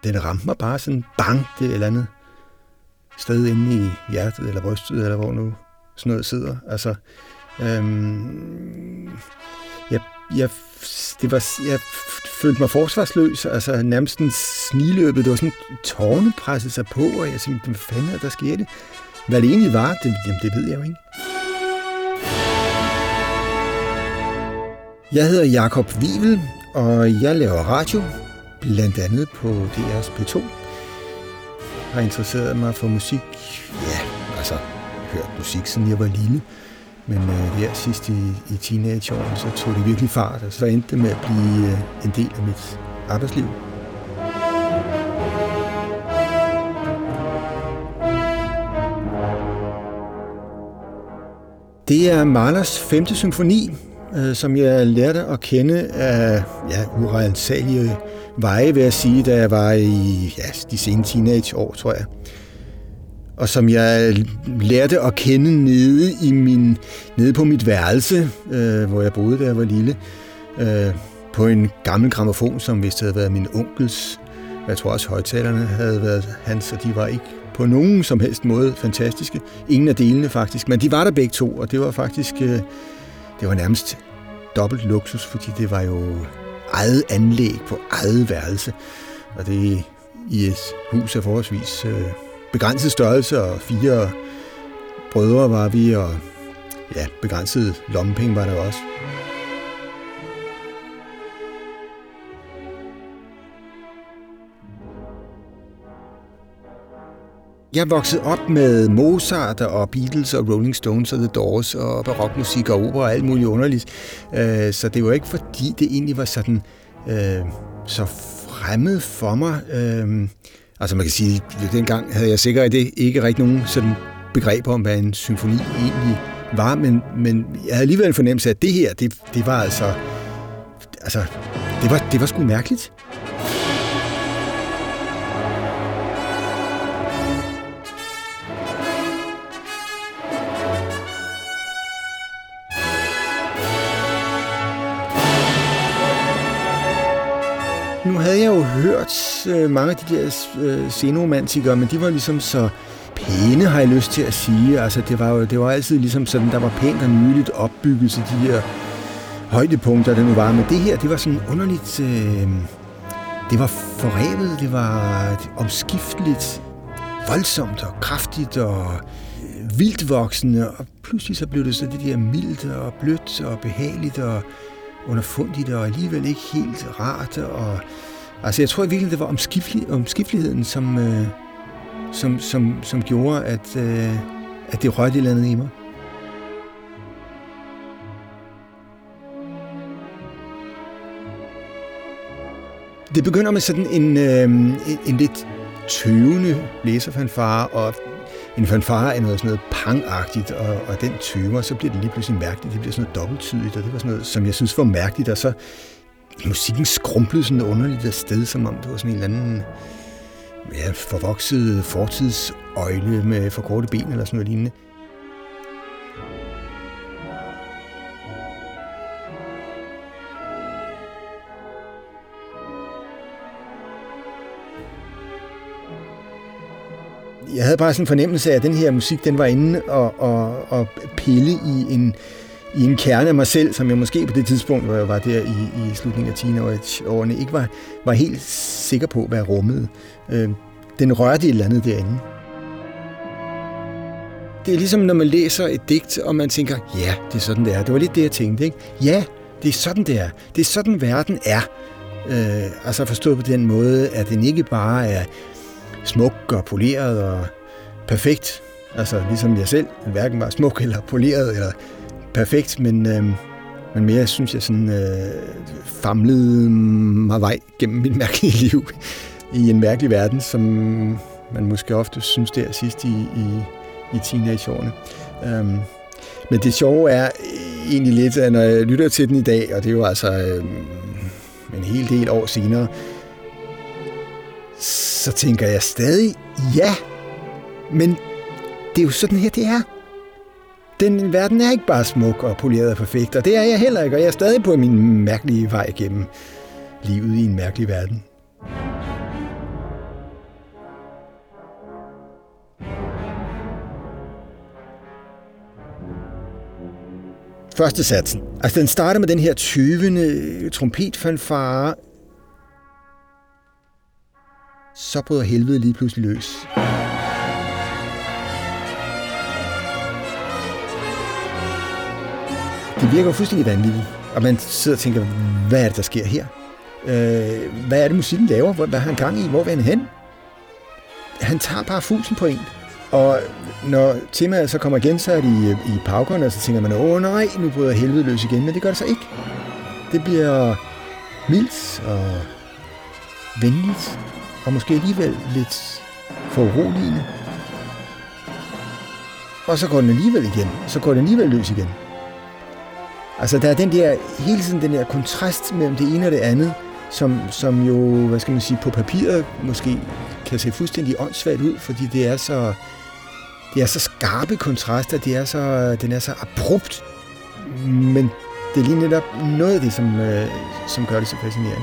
den ramte mig bare sådan, bang, det eller andet sted inde i hjertet, eller brystet, eller hvor nu sådan noget sidder. Altså, jeg følte mig forsvarsløs, altså nærmest en sniløbet, det var sådan, tårne pressede sig på, og jeg tænkte, hvad fanden er der skete? Hvad det egentlig var, det ved jeg jo ikke. Jeg hedder Jakob Wivel, og jeg laver radio, blandt andet på DR's P2. Jeg har interesseret mig for musik, jeg har hørt musik, siden jeg var lille. Men her sidst i teenageårene, så tog det virkelig fart, og så endte det med at blive en del af mit arbejdsliv. Det er Mahlers 5. symfoni, som jeg lærte at kende af urensagelige veje, vil jeg sige, da jeg var i de sene teenageår, tror jeg. Og som jeg lærte at kende nede på mit værelse, hvor jeg boede, da jeg var lille, på en gammel grammofon, som vist havde været min onkels. Jeg tror også, højtalerne havde været hans, og de var ikke på nogen som helst måde fantastiske. Ingen af delene faktisk, men de var der begge to, og det var faktisk, det var nærmest dobbelt luksus, fordi det var jo eget anlæg på eget værelse. Og det i et hus af forholdsvis begrænset størrelse, og 4 brødre var vi, og begrænset lommepenge var der også. Jeg voksede op med Mozart og Beatles og Rolling Stones og The Doors og barokmusik og opera og alt muligt underligt. Så det var ikke fordi, det egentlig var sådan så fremmed for mig. Altså man kan sige, at dengang havde jeg sikkert ikke rigtig nogen sådan begreb om, hvad en symfoni egentlig var, men jeg havde alligevel en fornemmelse af, at det her, det var altså det var sgu mærkeligt. Nu havde jeg jo hørt mange af de der sceneromantikere, men de var ligesom så pæne, har jeg lyst til at sige. Altså, det var altid ligesom sådan, der var pænt og nydeligt opbygget til de her højdepunkter, det nu var. Men det her, det var sådan underligt, det var forrevet, det var omskifteligt, voldsomt og kraftigt og vildt voksende. Og pludselig så blev det så det der mildt og blødt og behageligt og underfundigt og alligevel ikke helt rart. Og, altså jeg tror i virkeligheden, det var omskifteligheden, som gjorde, at det rørte et eller andet i mig. Det begynder med sådan en lidt tøvende blæserfanfare, og en fanfare er noget sådan noget pangagtigt, og den tøver, så bliver det lige pludselig mærkeligt. Det bliver sådan noget dobbelttydigt, og det var sådan noget, som jeg synes var mærkeligt, og så musikken skrumplede sådan underligt af sted, som om det var sådan en eller anden forvokset fortidsøjle med for korte ben eller sådan noget lignende. Jeg havde bare sådan en fornemmelse af, at den her musik, den var inde og pille i en kerne af mig selv, som jeg måske på det tidspunkt, hvor jeg var der i slutningen af teenageårene, ikke var helt sikker på, hvad jeg rummede. Den rørte et eller andet derinde. Det er ligesom, når man læser et digt, og man tænker, ja, det er sådan, det er. Det var lidt det, jeg tænkte, ikke? Ja, det er sådan, det er. Det er sådan, verden er. Altså forstået på den måde, at den ikke bare er smuk og poleret og perfekt. Altså ligesom jeg selv, hverken var smuk eller poleret eller perfekt, men mere synes jeg sådan famlede mig vej gennem mit mærkelige liv i en mærkelig verden, som man måske ofte synes der sidst i teenageårene. Men det sjove er egentlig lidt, at når jeg lytter til den i dag, og det er jo altså en hel del år senere, så tænker jeg stadig, ja, men det er jo sådan her, det er. Den verden er ikke bare smuk og poleret og perfekt, og det er jeg heller ikke, og jeg er stadig på min mærkelige vej gennem livet i en mærkelig verden. Første satsen. Altså, den starter med den her 20. trompetfanfare. Så bryder helvede lige pludselig løs. Det virker jo fuldstændig vanvittigt. Og man sidder og tænker, hvad er det, der sker her? Hvad er det, musikken laver? Hvad har han gang i? Hvor vil han hen? Han tager bare fusen på en. Og når temaet så kommer igen, så er de i paukerne, og så tænker man, nej, nu bryder helvede løs igen. Men det gør det så ikke. Det bliver mildt og venligt, og måske alligevel lidt foruroligende. Og så går den alligevel igen. Så går den alligevel løs igen. Altså, der er den der, hele tiden den der kontrast mellem det ene og det andet, som jo, hvad skal man sige, på papiret måske kan se fuldstændig åndssvagt ud, fordi det er så skarpe kontraster, den er så abrupt, men det er lige netop noget af det, som gør det så fascinerende.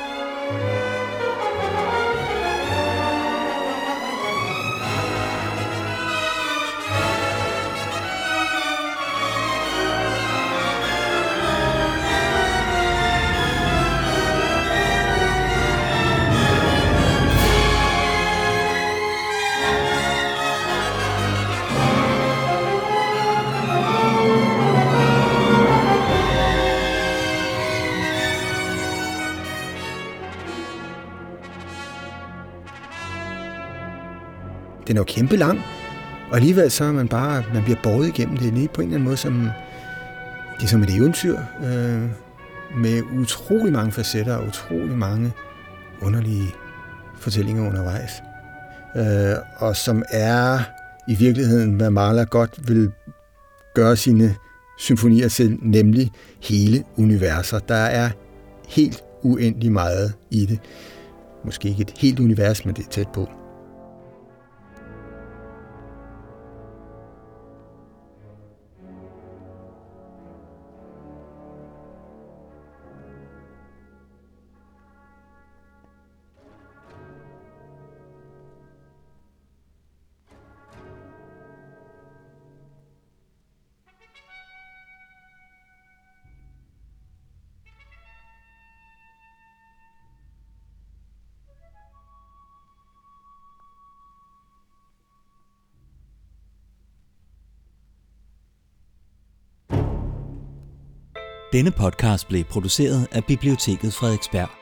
Den er jo kæmpe lang, og alligevel så er man bliver båret igennem det lige på en eller anden måde, det er som et eventyr, med utrolig mange facetter og utrolig mange underlige fortællinger undervejs. Og som er i virkeligheden, hvad Mahler godt vil gøre sine symfonier til, nemlig hele universer. Der er helt uendelig meget i det. Måske ikke et helt univers, men det er tæt på. Denne podcast blev produceret af Biblioteket Frederiksberg.